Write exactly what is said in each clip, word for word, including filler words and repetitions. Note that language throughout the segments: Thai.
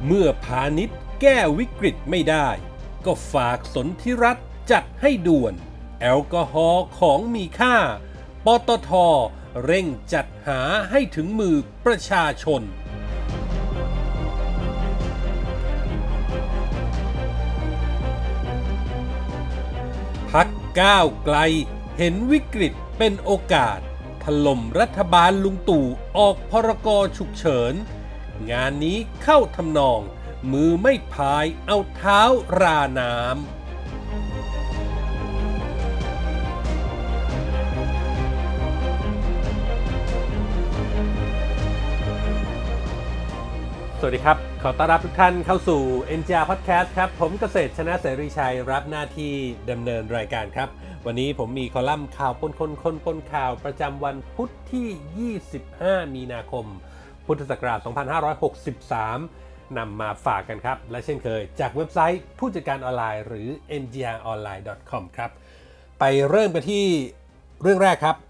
เมื่อพาณิชย์แก้วิกฤตไม่ได้ก็ฝากสนธิรัฐจัดให้ด่วนแอลกอฮอล์ของมีค่าปตท.เร่งจัดหาให้ถึงมือประชาชนพรรคก้าวไกลเห็นวิกฤตเป็นโอกาสถล่มรัฐบาลลุงตู่ออกพรกฉุกเฉินงานนี้เข้าทำนองมือไม่พายเอาเท้าราน้ำสวัสดีครับขอต้อนรับทุกท่านเข้าสู่ เอ็น จี อาร์ Podcast ครับผมเกษตรชนะเสรีชัยรับหน้าที่ดำเนินรายการครับวันนี้ผมมีคอลัมน์ข่าวปนคนคนปนข่าวประจำวันพุธที่ยี่สิบห้ามีนาคมพุทธศักราชสองพันห้าร้อยหกสิบสามนำมาฝากกันครับและเช่นเคยจากเว็บไซต์ผู้จัดการออนไลน์หรือ เอ็น จี อาร์ ออนไลน์ ดอท คอม ครับไปเริ่มกันที่เรื่องแรกครับ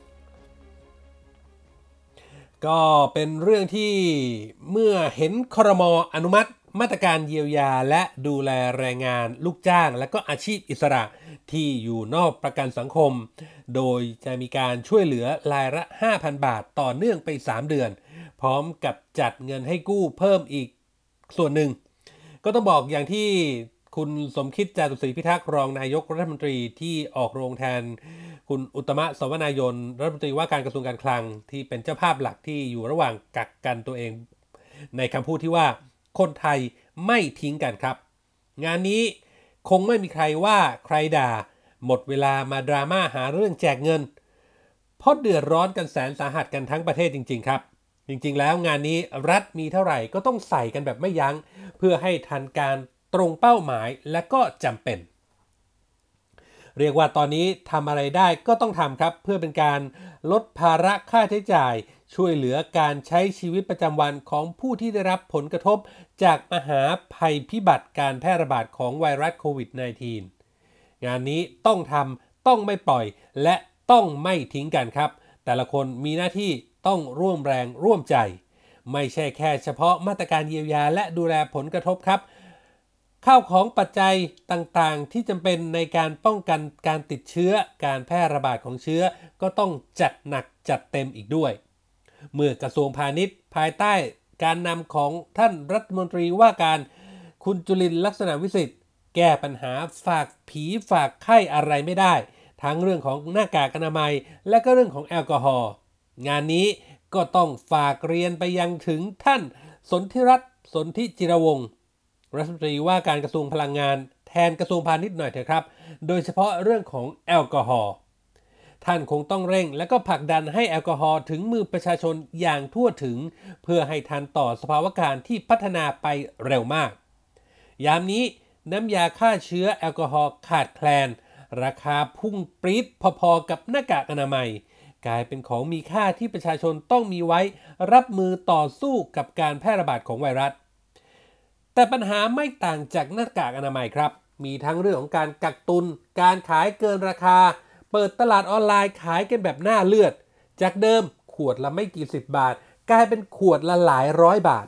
ก็เป็นเรื่องที่เมื่อเห็นครม.อนุมัติมาตรการเยียวยาและดูแลแรงงานลูกจ้างและก็อาชีพอิสระที่อยู่นอกประกันสังคมโดยจะมีการช่วยเหลือรายละ ห้าพัน บาทต่อเนื่องไปสามเดือนพร้อมกับจัดเงินให้กู้เพิ่มอีกส่วนหนึ่งก็ต้องบอกอย่างที่คุณสมคิดจาตุศรีพิทักษ์รองนายกรัฐมนตรีที่ออกโรงแทนคุณอุตตมะ สวนายนรัฐมนตรีว่าการกระทรวงการคลังที่เป็นเจ้าภาพหลักที่อยู่ระหว่างกักกันตัวเองในคำพูดที่ว่าคนไทยไม่ทิ้งกันครับงานนี้คงไม่มีใครว่าใครด่าหมดเวลามาดราม่าหาเรื่องแจกเงินเพราะเดือดร้อนกันแสนสาหัสกันทั้งประเทศจริงๆครับจริงๆแล้วงานนี้รัฐมีเท่าไหร่ก็ต้องใส่กันแบบไม่ยั้งเพื่อให้ทันการตรงเป้าหมายและก็จำเป็นเรียกว่าตอนนี้ทำอะไรได้ก็ต้องทำครับเพื่อเป็นการลดภาระค่าใช้จ่ายช่วยเหลือการใช้ชีวิตประจำวันของผู้ที่ได้รับผลกระทบจากมหาภัยพิบัติการแพร่ระบาดของไวรัสโควิด สิบเก้า งานนี้ต้องทำต้องไม่ปล่อยและต้องไม่ทิ้งกันครับแต่ละคนมีหน้าที่ต้องร่วมแรงร่วมใจไม่ใช่แค่เฉพาะมาตรการเยียวยาและดูแลผลกระทบครับข้าวของปัจจัยต่างๆที่จำเป็นในการป้องกันการติดเชื้อการแพร่ระบาดของเชื้อก็ต้องจัดหนักจัดเต็มอีกด้วยเมื่อกระทรวงพาณิชย์ภายใต้การนำของท่านรัฐมนตรีว่าการคุณจุลินทร์ลักษณะวิสิทธิ์แก้ปัญหาฝากผีฝากไข้อะไรไม่ได้ทั้งเรื่องของหน้ากากอนามัยและก็เรื่องของแอลกอฮอล์งานนี้ก็ต้องฝากเรียนไปยังถึงท่านสนธิรัตน์สนธิจิรวงศ์รัฐมนตรีว่าการกระทรวงพลังงานแทนกระทรวงพาณิชย์หน่อยเถอะครับโดยเฉพาะเรื่องของแอลกอฮอล์ท่านคงต้องเร่งและก็ผลักดันให้แอลกอฮอล์ถึงมือประชาชนอย่างทั่วถึงเพื่อให้ทันต่อสภาวะการที่พัฒนาไปเร็วมากยามนี้น้ำยาฆ่าเชื้อแอลกอฮอล์ขาดแคลนราคาพุ่งปรี๊ดพอๆกับหน้ากากอนามัยกลายเป็นของมีค่าที่ประชาชนต้องมีไว้รับมือต่อสู้กับการแพร่ระบาดของไวรัสแต่ปัญหาไม่ต่างจากหน้ากากอนามัยครับมีทั้งเรื่องของการกักตุนการขายเกินราคาเปิดตลาดออนไลน์ขายกันแบบหน้าเลือดจากเดิมขวดละไม่กี่สิบบาทกลายเป็นขวดละหลายร้อยบาท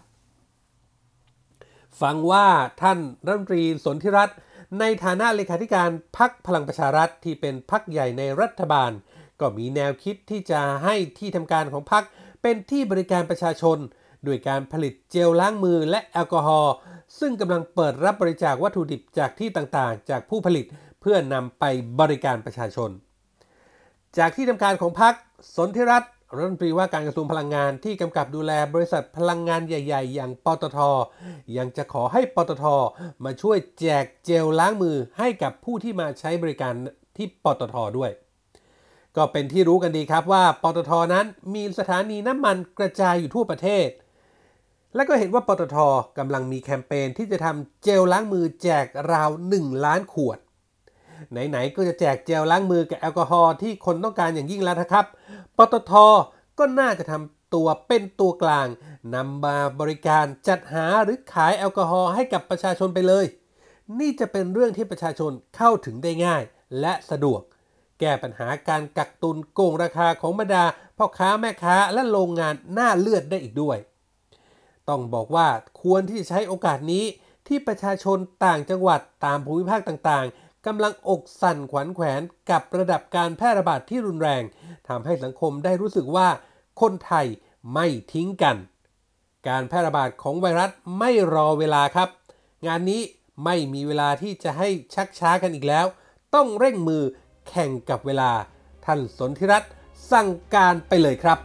ฟังว่าท่านรัฐมนตรีสนธิรัตน์ในฐานะเลขาธิการพรรคพลังประชารัฐที่เป็นพรรคใหญ่ในรัฐบาลก็มีแนวคิดที่จะให้ที่ทำการของพรรคเป็นที่บริการประชาชนด้วยการผลิตเจลล้างมือและแอลกอฮอล์ซึ่งกำลังเปิดรับบริจาควัตถุดิบจากที่ต่างๆจากผู้ผลิตเพื่อนำไปบริการประชาชนจากที่ทำการของพรรคสนธิรัตน์รัฐมนตรีว่าการกระทรวงพลังงานที่กำกับดูแลบริษัทพลังงานใหญ่ๆอย่างปตท.ยังจะขอให้ปตท.มาช่วยแจกเจลล้างมือให้กับผู้ที่มาใช้บริการที่ปตท.ด้วยก็เป็นที่รู้กันดีครับว่าปตท.นั้นมีสถานีน้ำมันกระจายอยู่ทั่วประเทศและก็เห็นว่าปตท.กำลังมีแคมเปญที่จะทำเจลล้างมือแจกราวหนึ่งล้านขวดไหนๆก็จะแจกเจลล้างมือกับแอลกอฮอล์ที่คนต้องการอย่างยิ่งแล้วนะครับปตท.ก็น่าจะทำตัวเป็นตัวกลางนำมาบริการจัดหาหรือขายแอลกอฮอล์ให้กับประชาชนไปเลยนี่จะเป็นเรื่องที่ประชาชนเข้าถึงได้ง่ายและสะดวกแก้ปัญหาการกักตุนโกงราคาของบรรดาพ่อค้าแม่ค้าและโรงงานหน้าเลือดได้อีกด้วยต้องบอกว่าควรที่จะใช้โอกาสนี้ที่ประชาชนต่างจังหวัดตามภูมิภาคต่างๆกำลังอกสั่นขวัญแขวนกับระดับการแพร่ระบาดที่รุนแรงทำให้สังคมได้รู้สึกว่าคนไทยไม่ทิ้งกันการแพร่ระบาดของไวรัสไม่รอเวลาครับงานนี้ไม่มีเวลาที่จะให้ชักช้ากันอีกแล้วต้องเร่งมือแข่งกับเวลาท่านสนธิรัตน์สั่งการไปเลยครับ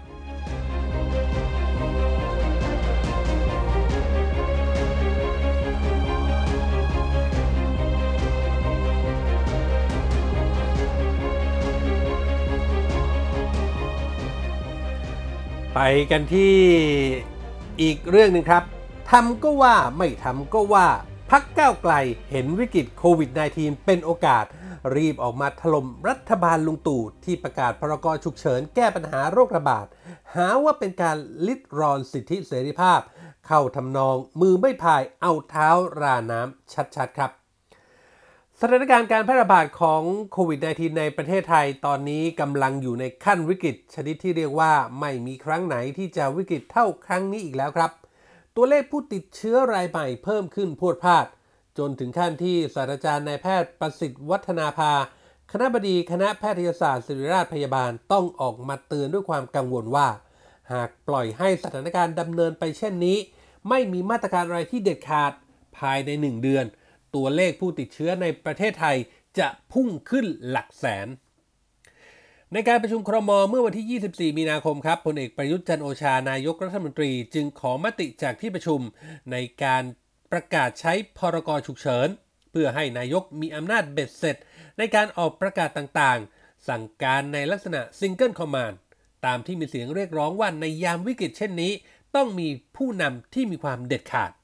ไปกันที่อีกเรื่องหนึ่งครับทำก็ว่าไม่ทำก็ว่าพรรคก้าวไกลเห็นวิกฤตโควิด สิบเก้า เป็นโอกาสรีบออกมาถล่มรัฐบาลลุงตู่ที่ประกาศพรกฉุกเฉินแก้ปัญหาโรคระบาดหาว่าเป็นการลิดรอนสิทธิเสรีภาพเข้าทำนองมือไม่พายเอาเท้าราน้ำชัดๆครับสถานการณ์การแพร่ระบาดของโควิด สิบเก้า ในประเทศไทยตอนนี้กำลังอยู่ในขั้นวิกฤตชนิดที่เรียกว่าไม่มีครั้งไหนที่จะวิกฤตเท่าครั้งนี้อีกแล้วครับตัวเลขผู้ติดเชื้อรายใหม่เพิ่มขึ้นพรวดพราดจนถึงขั้นที่ศาสตราจารย์นายแพทย์ประสิทธิ์วัฒนาภาคณบดีคณะแพทยศาสตร์ศิริราชพยาบาลต้องออกมาเตือนด้วยความกังวลว่าหากปล่อยให้สถานการณ์ดำเนินไปเช่นนี้ไม่มีมาตรการอะไรที่เด็ดขาดภายในหนึ่งเดือนตัวเลขผู้ติดเชื้อในประเทศไทยจะพุ่งขึ้นหลักแสนในการประชุมครม.เมื่อวันที่ยี่สิบสี่มีนาคมครับพลเอกประยุทธ์จันทร์โอชานายกรัฐมนตรีจึงขอมติจากที่ประชุมในการประกาศใช้พรกฉุกเฉินเพื่อให้นายกมีอำนาจเบ็ดเสร็จในการออกประกาศต่างๆสั่งการในลักษณะซิงเกิลคอมมานด์ตามที่มีเสียงเรียกร้องว่าในยามวิกฤตเช่นนี้ต้องมีผู้นำที่มีความเด็ดขาด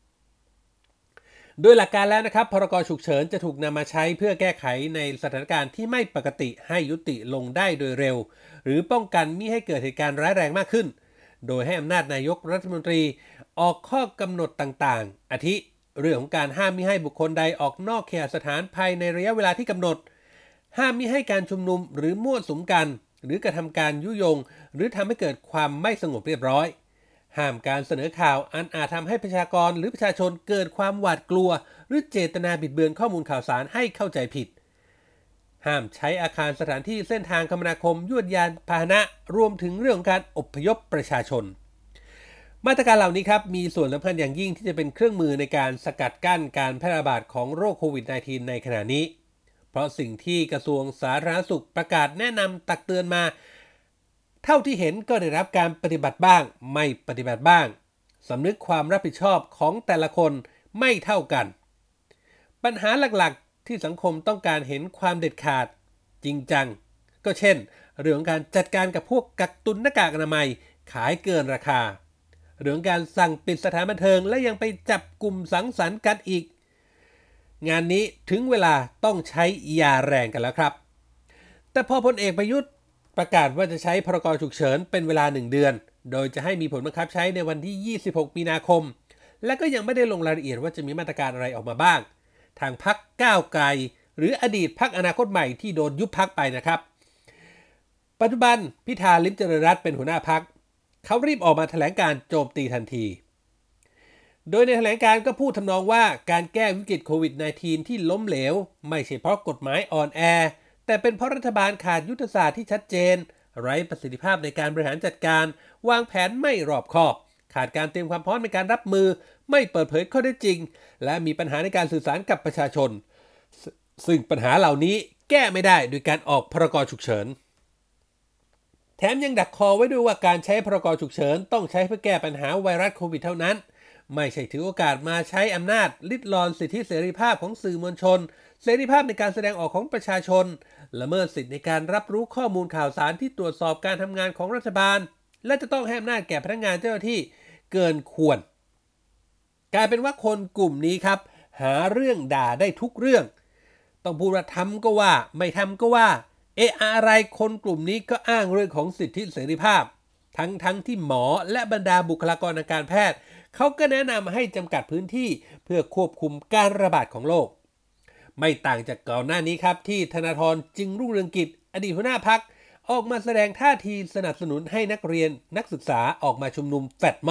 โดยหลักการแล้วนะครับพรกฉุกเฉินจะถูกนำมาใช้เพื่อแก้ไขในสถานการณ์ที่ไม่ปกติให้ยุติลงได้โดยเร็วหรือป้องกันมิให้เกิดเหตุการณ์ร้ายแรงมากขึ้นโดยให้อำนาจนายกรัฐมนตรีออกข้อกำหนดต่างๆอาทิเรื่องของการห้ามมิให้บุคคลใดออกนอกเคหสถานภายในระยะเวลาที่กำหนดห้ามมิให้การชุมนุมหรือมั่วสุมกันหรือกระทำการยุยงหรือทำให้เกิดความไม่สงบเรียบร้อยห้ามการเสนอข่าวอันอาจทำให้ประชากรหรือประชาชนเกิดความหวาดกลัวหรือเจตนาบิดเบือนข้อมูลข่าวสารให้เข้าใจผิดห้ามใช้อาคารสถานที่เส้นทางคมนาคมยวดยานพาหนะรวมถึงเรื่องของการอพยพประชาชนมาตรการเหล่านี้ครับมีส่วนสำคัญอย่างยิ่งที่จะเป็นเครื่องมือในการสกัดกั้นการแพร่ระบาดของโรคโควิด สิบเก้า ในขณะนี้เพราะสิ่งที่กระทรวงสาธารณสุขประกาศแนะนำตักเตือนมาเท่าที่เห็นก็ได้รับการปฏิบัติบ้างไม่ปฏิบัติบ้างสำนึกความรับผิดชอบของแต่ละคนไม่เท่ากันปัญหาหลักๆที่สังคมต้องการเห็นความเด็ดขาดจริงจังก็เช่นเรื่องการจัดการกับพวกกักตุนหน้ากากอนามัยขายเกินราคาเรื่องการสั่งปิดสถานบันเทิงและยังไปจับกลุ่มสังสรรค์กันอีกงานนี้ถึงเวลาต้องใช้ยาแรงกันแล้วครับแต่พอพลเอกประยุทธ์ประกาศว่าจะใช้พรกฉุกเฉินเป็นเวลาหนึ่งเดือนโดยจะให้มีผลบังคับใช้ในวันที่ยี่สิบหกมีนาคมและก็ยังไม่ได้ลงรายละเอียดว่าจะมีมาตรการอะไรออกมาบ้างทางพรรคก้าวไกลหรืออดีตพรรคอนาคตใหม่ที่โดนยุบพรรคไปนะครับปัจจุบันพิธาลิ้มเจริญรัตน์เป็นหัวหน้าพรรคเขารีบออกมาแถลงการโจมตีทันทีโดยในแถลงการก็พูดทำนองว่าการแก้วิกฤตโควิด สิบเก้า ที่ล้มเหลวไม่ใช่เพราะกฎหมายอ่อนแอแต่เป็นเพราะรัฐบาลขาดยุทธศาสตร์ที่ชัดเจนไร้ประสิทธิภาพในการบริหารจัดการวางแผนไม่รอบคอบขาดการเตรียมความพร้อมในการรับมือไม่เปิดเผยข้อเท็จจริงและมีปัญหาในการสื่อสารกับประชาชนซึ่งปัญหาเหล่านี้แก้ไม่ได้โดยการออกพรกฉุกเฉินแถมยังดักคอไว้ด้วยว่าการใช้พรกฉุกเฉินต้องใช้เพื่อแก้ปัญหาไวรัสโควิดเท่านั้นไม่ใช่ถือโอกาสมาใช้อำนาจลิดรอนสิทธิเสรีภาพของสื่อมวลชนเสรีภาพในการแสดงออกของประชาชนละเมิดสิทธิในการรับรู้ข้อมูลข่าวสารที่ตรวจสอบการทำงานของรัฐบาลและจะต้องให้อำนาจแก่พนักงานเจ้าหน้าที่เกินควรกลายเป็นว่าคนกลุ่มนี้ครับหาเรื่องด่าได้ทุกเรื่องต้องพูดว่าทำก็ว่าไม่ทำก็ว่าเอะอะไรคนกลุ่มนี้ก็อ้างเรื่องของสิทธิเสรีภาพทั้งทั้งที่หมอและบรรดาบุคลากรทางการแพทย์เขาก็แนะนำให้จำกัดพื้นที่เพื่อควบคุมการระบาดของโรคไม่ต่างจากก่อนหน้านี้ครับที่ธนาธรจึงรุ่งเรืองกิจอดีตหัวหน้าพรรคออกมาแสดงท่าทีสนับสนุนให้นักเรียนนักศึกษาออกมาชุมนุมแฟลตม็อบ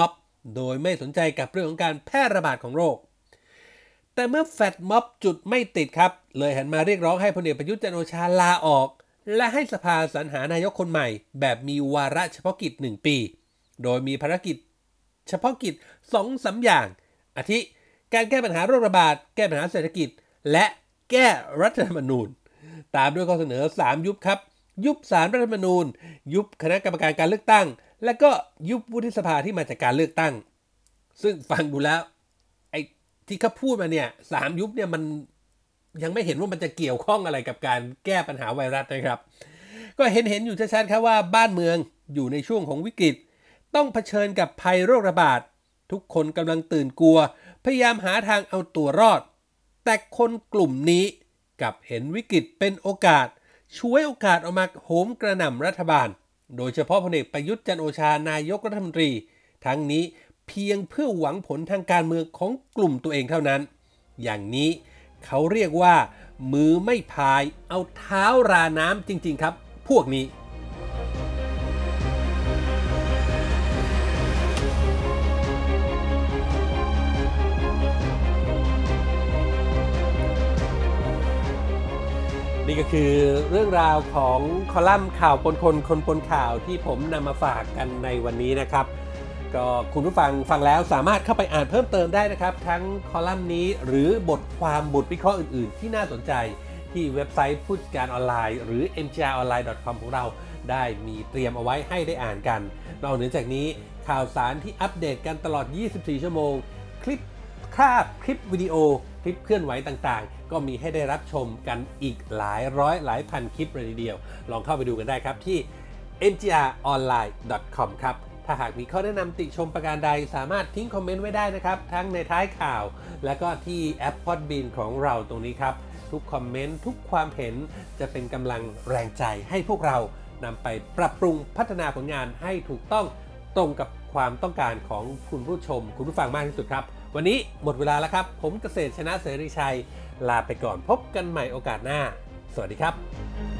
โดยไม่สนใจกับเรื่องของการแพร่ระบาดของโรคแต่เมื่อแฟดม็อบจุดไม่ติดครับเลยหันมาเรียกร้องให้พลเอกประยุทธ์จันทร์โอชาลาออกและให้สภาสรรหานายกคนใหม่แบบมีวาระเฉพาะกิจหนึ่งปีโดยมีภารกิจเฉพาะกิจ สองถึงสาม อย่างอาทิการแก้ปัญหาโรคระบาดแก้ปัญหาเศรษฐกิจและแก้รัฐธรรมนูญตามด้วยข้อเสนอสามยุบครับยุบศาลรัฐธรรมนูญยุบคณะกรรมการการเลือกตั้งและก็ยุบวุฒิสภาที่มาจากการเลือกตั้งซึ่งฟังดูแล้วไอ้ที่เขาพูดมาเนี่ยสามยุบเนี่ยมันยังไม่เห็นว่ามันจะเกี่ยวข้องอะไรกับการแก้ปัญหาไวรัสนะครับก็เห็นเห็นอยู่ชัดๆครับว่าบ้านเมืองอยู่ในช่วงของวิกฤตต้องเผชิญกับภัยโรคระบาดทุกคนกำลังตื่นกลัวพยายามหาทางเอาตัวรอดแต่คนกลุ่มนี้กับเห็นวิกฤตเป็นโอกาสช่วยโอกาสออกมาโหมกระหน่ำรัฐบาลโดยเฉพาะพลเอกประยุทธ์จันทร์โอชานายกรัฐมนตรีทั้งนี้เพียงเพื่อหวังผลทางการเมืองของกลุ่มตัวเองเท่านั้นอย่างนี้เขาเรียกว่ามือไม่พายเอาเท้าราน้ำจริงๆครับพวกนี้นี่ก็คือเรื่องราวของคอลัมน์ข่าวปนคนคนปนข่าวที่ผมนำมาฝากกันในวันนี้นะครับก็คุณผู้ฟังฟังแล้วสามารถเข้าไปอ่านเพิ่มเติมได้นะครับทั้งคอลัมน์นี้หรือบทความบทวิเคราะห์อื่นๆที่น่าสนใจที่เว็บไซต์ผู้จัดการออนไลน์หรือ เอ็ม จี อาร์ ออนไลน์ ดอท คอม ของเราได้มีเตรียมเอาไว้ให้ได้อ่านกันนอกเหนือจากนี้ข่าวสารที่อัปเดตกันตลอดยี่สิบสี่ชั่วโมงคลิปภาพคลิปวิดีโอคลิปเคลื่อนไหวต่างๆก็มีให้ได้รับชมกันอีกหลายร้อยหลายพันคลิปเลยทีเดียวลองเข้าไปดูกันได้ครับที่ เอ็ม จี อาร์ ออนไลน์ ดอท คอม ครับถ้าหากมีข้อแนะนำติชมประการใดสามารถทิ้งคอมเมนต์ไว้ได้นะครับทั้งในท้ายข่าวและก็ที่แอป Podbean ของเราตรงนี้ครับทุกคอมเมนต์ทุกความเห็นจะเป็นกำลังแรงใจให้พวกเรานำไปปรับปรุงพัฒนาผลงานให้ถูกต้องตรงกับความต้องการของคุณผู้ชมคุณผู้ฟังมากที่สุดครับวันนี้หมดเวลาแล้วครับผมเกษตรชนะเสรีชัยลาไปก่อนพบกันใหม่โอกาสหน้าสวัสดีครับ